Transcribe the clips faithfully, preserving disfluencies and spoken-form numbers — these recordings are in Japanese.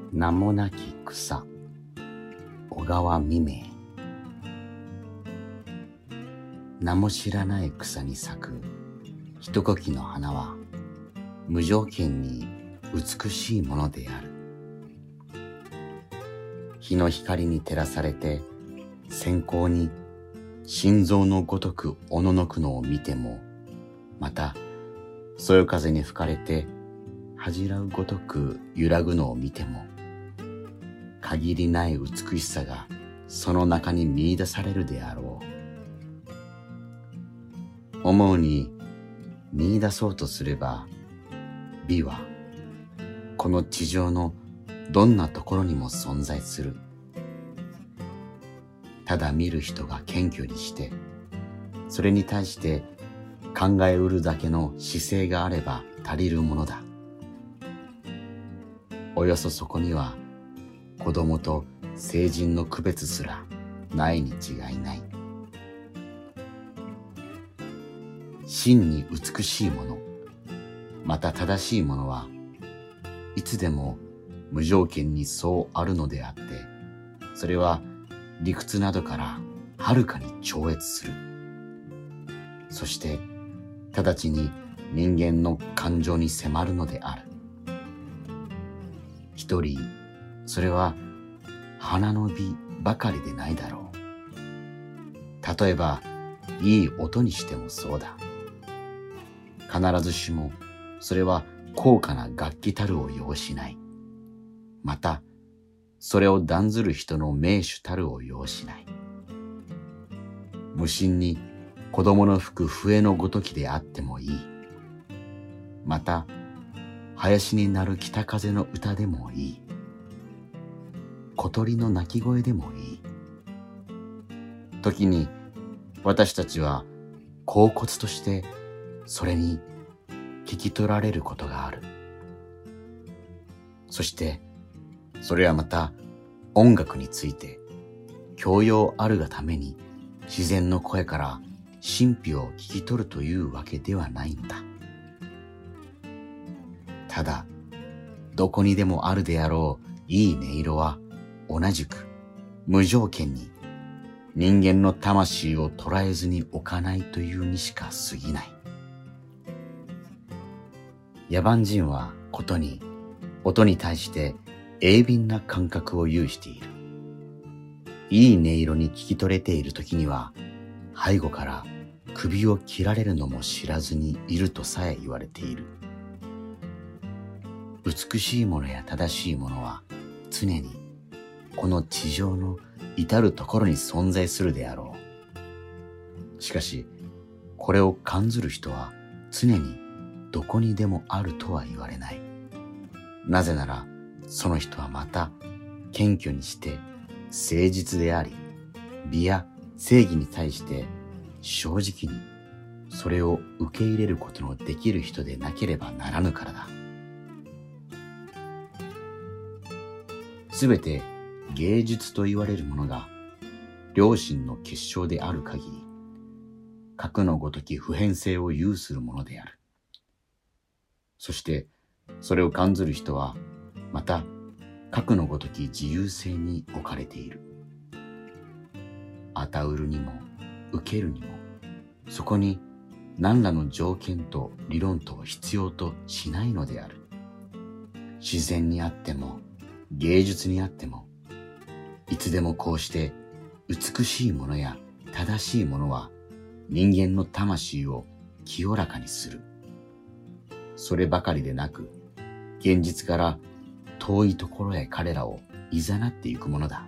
名もなき草、小川未明。名も知らない草に咲く一茎の花は無条件に美しいものである。日の光に照らされて閃光に心臓のごとくおののくのを見ても、またそよ風に吹かれて恥じらうごとく揺らぐのを見ても、限りない美しさがその中に見出されるであろう。思うに見出そうとすれば、美はこの地上のどんなところにも存在する。ただ見る人が謙虚にして、それに対して考えうるだけの姿勢があれば足りるものだ。およそそこには子供と成人の区別すらないに違いない。真に美しいもの、また正しいものはいつでも無条件にそうあるのであって、それは理屈などからはるかに超越する。そして直ちに人間の感情に迫るのである。一人、それは花の美ばかりでないだろう。例えばいい音にしてもそうだ。必ずしもそれは高価な楽器たるを要しない。またそれを断ずる人の名手たるを要しない。無心に子供の吹く笛のごときであってもいい。また林に鳴る北風の歌でもいい。小鳥の鳴き声でもいい。時に私たちは恍惚としてそれに聞き取られることがある。そしてそれはまた音楽について教養あるがために自然の声から神秘を聞き取るというわけではないのだ。ただどこにでもあるであろういい音色は同じく無条件に人間の魂を捉えずに置かないというにしか過ぎない。野蛮人はことに音に対して鋭敏な感覚を有している。いい音色に聞き取れている時には背後から首を切られるのも知らずにいるとさえ言われている。美しいものや正しいものは常にこの地上の至るところに存在するであろう。しかしこれを感ずる人は常にどこにでもあるとは言われない。なぜならその人はまた謙虚にして誠実であり、美や正義に対して正直にそれを受け入れることのできる人でなければならぬからだ。すべて芸術と言われるものが良心の結晶である限り、核のごとき普遍性を有するものである。そしてそれを感ずる人はまた核のごとき自由性に置かれている。与うるにも受けるにも、そこに何らの条件と理論とを必要としないのである。自然にあっても芸術にあっても、いつでもこうして美しいものや正しいものは人間の魂を清らかにする。そればかりでなく、現実から遠いところへ彼らを誘っていくものだ。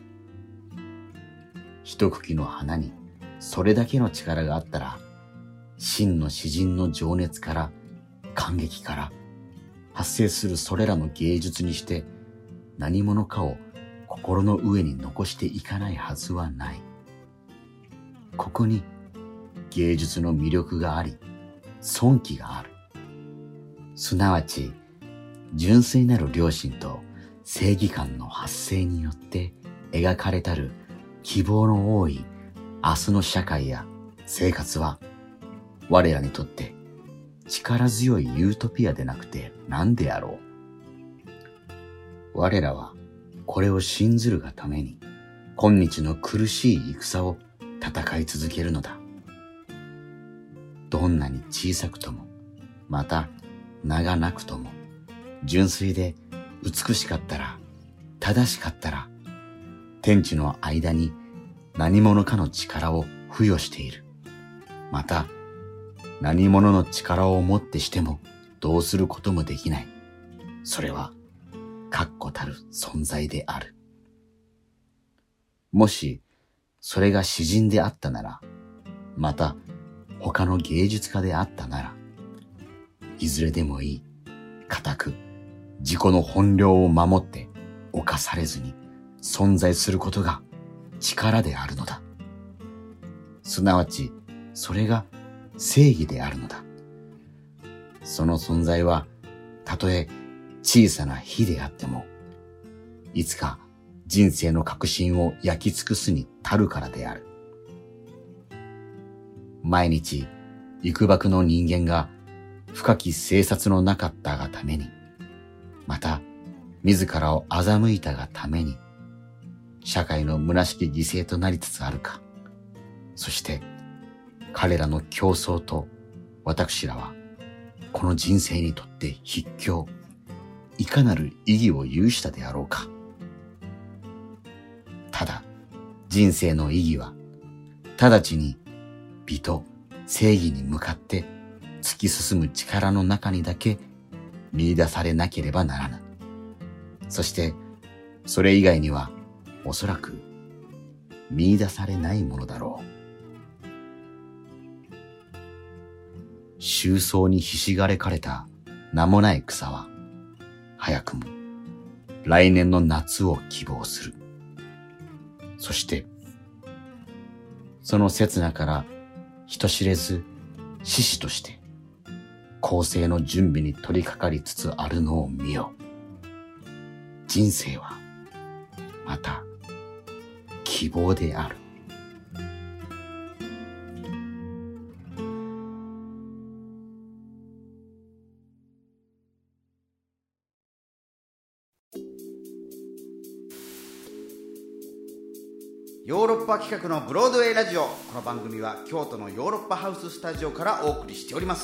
一茎の花にそれだけの力があったら、真の詩人の情熱から感激から発生するそれらの芸術にして何者かを心の上に残していかないはずはない。ここに芸術の魅力があり、尊貴がある。すなわち純粋なる良心と正義感の発生によって描かれたる希望の多い明日の社会や生活は、我らにとって力強いユートピアでなくて何であろう。 我らはこれを信ずるがために、今日の苦しい戦を戦い続けるのだ。どんなに小さくとも、また名がなくとも、純粋で美しかったら、正しかったら、天地の間に何者かの力を付与している。また、何者の力をもってしてもどうすることもできない。それは確固たる存在である。もし、それが詩人であったなら、また他の芸術家であったなら、いずれでもいい、固く自己の本領を守って侵されずに存在することが力であるのだ。すなわち、それが正義であるのだ。その存在は、たとえ小さな火であっても、いつか人生の核心を焼き尽くすに足るからである。毎日、幾ばくの人間が深き省察のなかったがために、また、自らを欺いたがために、社会の虚しき犠牲となりつつあるか。そして、彼らの競争と私らは、この人生にとって必要、いかなる意義を有したであろうか。ただ、人生の意義は、直ちに美と正義に向かって突き進む力の中にだけ見出されなければならぬ。そして、それ以外には、おそらく見出されないものだろう。秋草にひしがれかれた名もない草は、早くも来年の夏を希望する。そして、その刹那から人知れず獅子として更生の準備に取り掛かりつつあるのを見よ。人生はまた希望である。 ヨーロッパ企画のブロードウェイラジオ。この番組は京都のヨーロッパハウススタジオからお送りしております。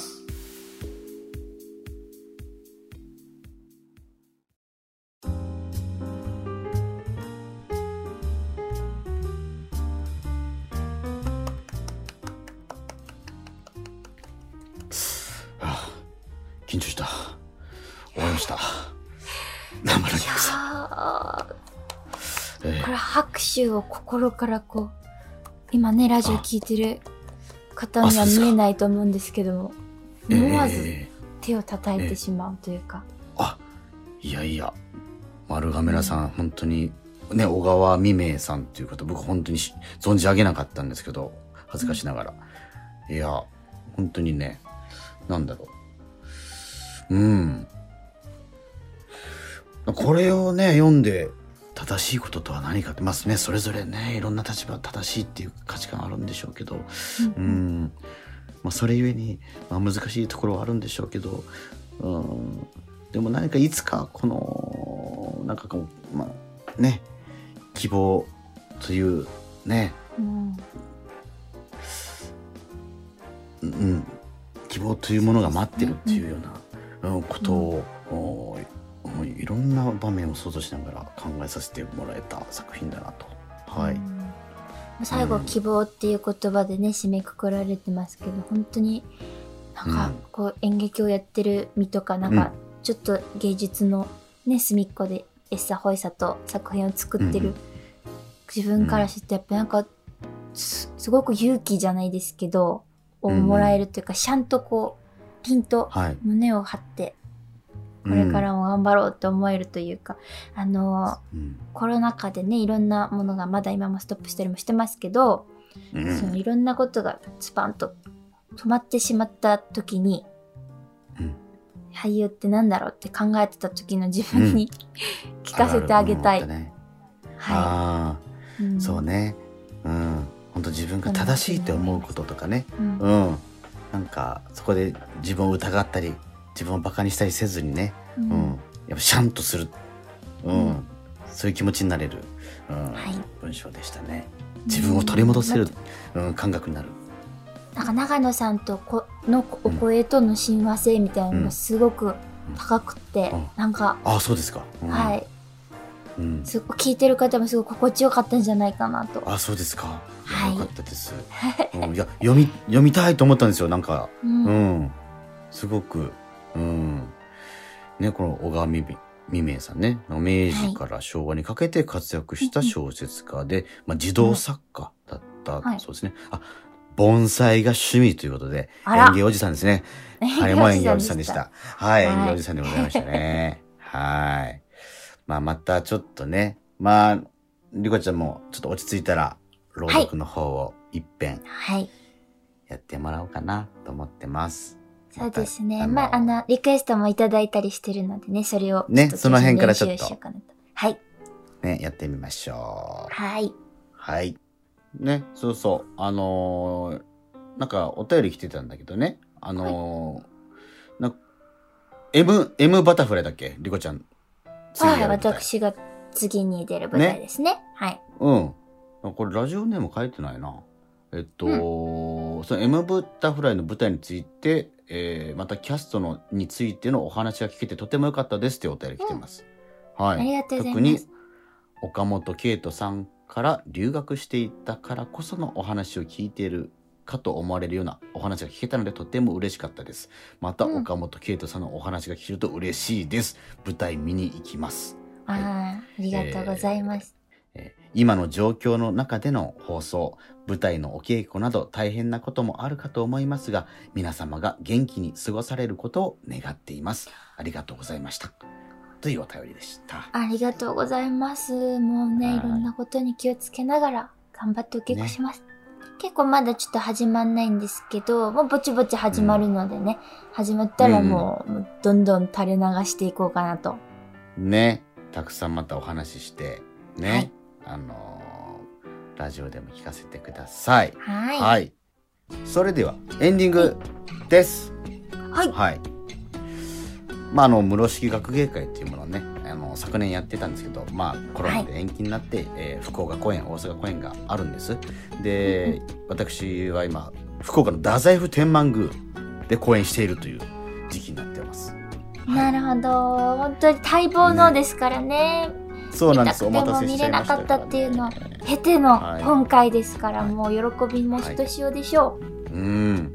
緊張した。終わりました。生の肉さ。これ拍手を心からこう、今ねラジオ聞いてる方には見えないと思うんですけども、思わず手を叩いてしまうというか。 えー、あ、いやいや、丸亀ラさん、うん、本当にね、小川未明さんっていう方、僕本当に存じ上げなかったんですけど、恥ずかしながら、うん、いや本当にね、なんだろう、うん、これをね読んで正しいこととは何かって、まあね、それぞれねいろんな立場正しいっていう価値観あるんでしょうけど、うん、うん、まあ、それゆえに、まあ、難しいところはあるんでしょうけど、うん、でも何かいつかこのなんかこう、まあね、希望というね、うんうん、希望というものが待ってるっていうような、うん、ことを、うんいろんな場面を想像しながら考えさせてもらえた作品だなと。はい。 最後、うん、希望っていう言葉でね締めくくられてますけど、本当になんかこう演劇をやってる身とか、なんかちょっと芸術のね隅っこでエッサホイサと作品を作ってる自分からしてやっぱなんか す, すごく勇気じゃないですけどをもらえるというか、ちゃんとこうピンと胸を張って、はい、これからも頑張ろうって思えるというか、うん、あの、うん、コロナ禍でねいろんなものがまだ今もストップしたりもしてますけど、うん、そのいろんなことがスパンと止まってしまった時に、うん、俳優ってなんだろうって考えてた時の自分に、うん、聞かせてあげたい。ね、 はい、うん、そうね、うん、本当自分が正しいって思うこととかね、うん、うん、なんかそこで自分を疑ったり自分をバカにしたりせずにね、うんうん、やっぱシャンとするうん、 うん、 そういう気持ちになれる、うんはい、 文章でしたね。自分を取り戻せる、うんうん、感覚になる。 なんか長野さんとこのお声との親和性みたいなのがすごく高くて、うんうん、なんかあそうですか、うん、 はい、 うん、 すごく聞いてる方もすごく心地よかったんじゃないかなと。 あそうですか、 はい、 よかったです、うん、いや読み読みたいと思ったんですよ。なんか、うん、うん、すごく、うんね、この小川未明さんね、明治から昭和にかけて活躍した小説家で、はい、まあ、児童作家だった、はい、そうですね。あ、盆栽が趣味ということで、園芸おじさんですね。はい、もう園芸おじさんでした。はい、園芸おじさんでございましたね。はい。まあ、またちょっとね、まあ、りこちゃんもちょっと落ち着いたら、朗読の方を一遍、はい、やってもらおうかなと思ってます。 そうですね。あまあ、あの、リクエストもいただいたりしてるのでね、それをね、その辺からちょっと、 はい。 ね、やってみましょう。 はい。 はい。ね、そうそう。あのー、なんかお便り来てたんだけどね。あのー、はい、な M、M バタフライだっけリコちゃん。 はい、私が次に出る舞台ですね。ねはい。 うん。これラジオネーム書いてないな。えっと、うん、その M バタフライの舞台について、えー、またキャストのについてのお話が聞けてとても良かったですってお便り来てます。うん、はい。 ありがとうございます。 特に岡本圭人さんから留学していたからこそのお話を聞いているかと思われるようなお話が聞けたのでとても嬉しかったです。また、うん、岡本圭人さんのお話が聞けると嬉しいです。舞台見に行きます。 はい、あ, ありがとうございます、 えーえー。今の状況の中での放送、舞台のお稽古など大変なこともあるかと思いますが、皆様が元気に過ごされることを願っています。ありがとうございました。というお便りでした。 ありがとうございます。もうね、いろんなことに気をつけながら頑張ってお稽古します。ね、結構まだちょっと始まんないんですけど、もうぼちぼち始まるのでね、うん、始まったらもう、うん、もうどんどん垂れ流していこうかなと。 ね、たくさんまたお話ししてね、はい、あのー、ラジオでも聞かせてください。 はい。 はい。それではエンディングです。 はい。 はい。まあ、あの室敷学芸会っていうものをね、あの昨年やってたんですけど、まあコロナで延期になって、はい、えー、福岡公演、大阪公演があるんです。で、うん、私は今福岡の太宰府天満宮で公演しているという時期になってます。 なるほど、本当に待望のですからね。ね、 そうなんです。 お待たせしちゃいましたからね。見れなかったっていうのを経ての今回ですから、はい、もう喜びもひとしおでしょう。はい、 うん。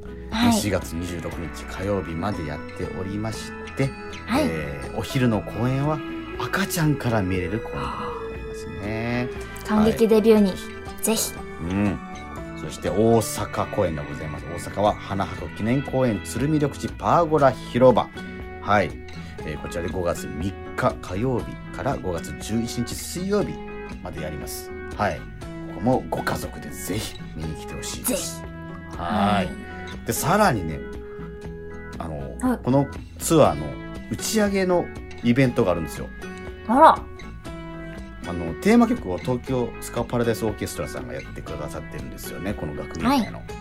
はい、しがつにじゅうろくにち火曜日までやっておりまして、はい、えー、お昼の公演は赤ちゃんから見れる公演になっておりますね。 感激デビューに、はい、ぜひ。 うん。そして大阪公演でございます。大阪は花博記念公演鶴見緑地パーゴラ広場。はい、えー、こちらでごがつみっか火曜日からごがつじゅういちにち水曜日までやります。はい。ここもご家族でぜひ見に来てほしいです。はい。で、さらにね、あの、はい、このツアーの打ち上げのイベントがあるんですよ。 あら。 あの、テーマ曲を東京スカパラダイスオーケストラさんがやってくださってるんですよね、この学芸会の。はい、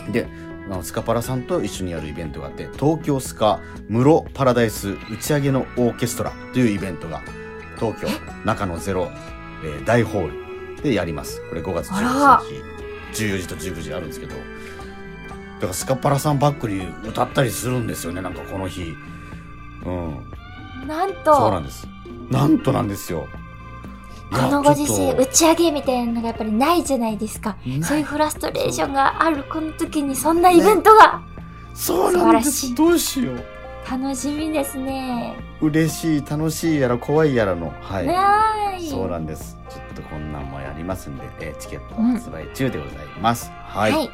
で、スカパラさんと一緒にやるイベントがあって、東京スカ室パラダイス打ち上げのオーケストラというイベントが東京中野ゼロ、えー、大ホールでやります。これごがつじゅういちにちじゅうよじとじゅうくじあるんですけど、だからスカパラさんバックに歌ったりするんですよね、なんかこの日。うん。 なんと。 そうなんです。なんとなんですよ。 このご時世打ち上げみたいなのがやっぱりないじゃないですか。そういうフラストレーションがあるこの時にそんなイベントが、ね、 そうなんです。どうしよう。 楽しみですね。 嬉しい、楽しいやら怖いやらの、はい。 はい。 そうなんです。ちょっとこんなんもやりますんで、えー、チケット発売中でございます。うん、はい。はい、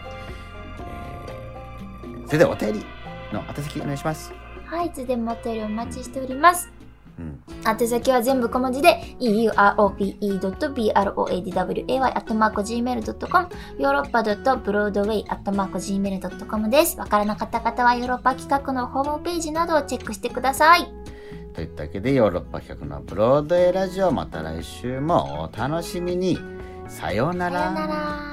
えー、それではお便りの宛先お願いします。 はい、いつでもお便りお待ちしております。うん、宛先は全部小文字で ユーロッパ ドット ブロードウェイ アットマーク ジーメール ドットコム ヨーロッパ ドット ブロードウェイ アットマーク ジーメール ドットコム です。わからなかった方はヨーロッパ企画のホームページなどをチェックしてください。 といったわけでヨーロッパ企画のブロードウェイラジオ、また来週もお楽しみに。さようなら。 さようなら。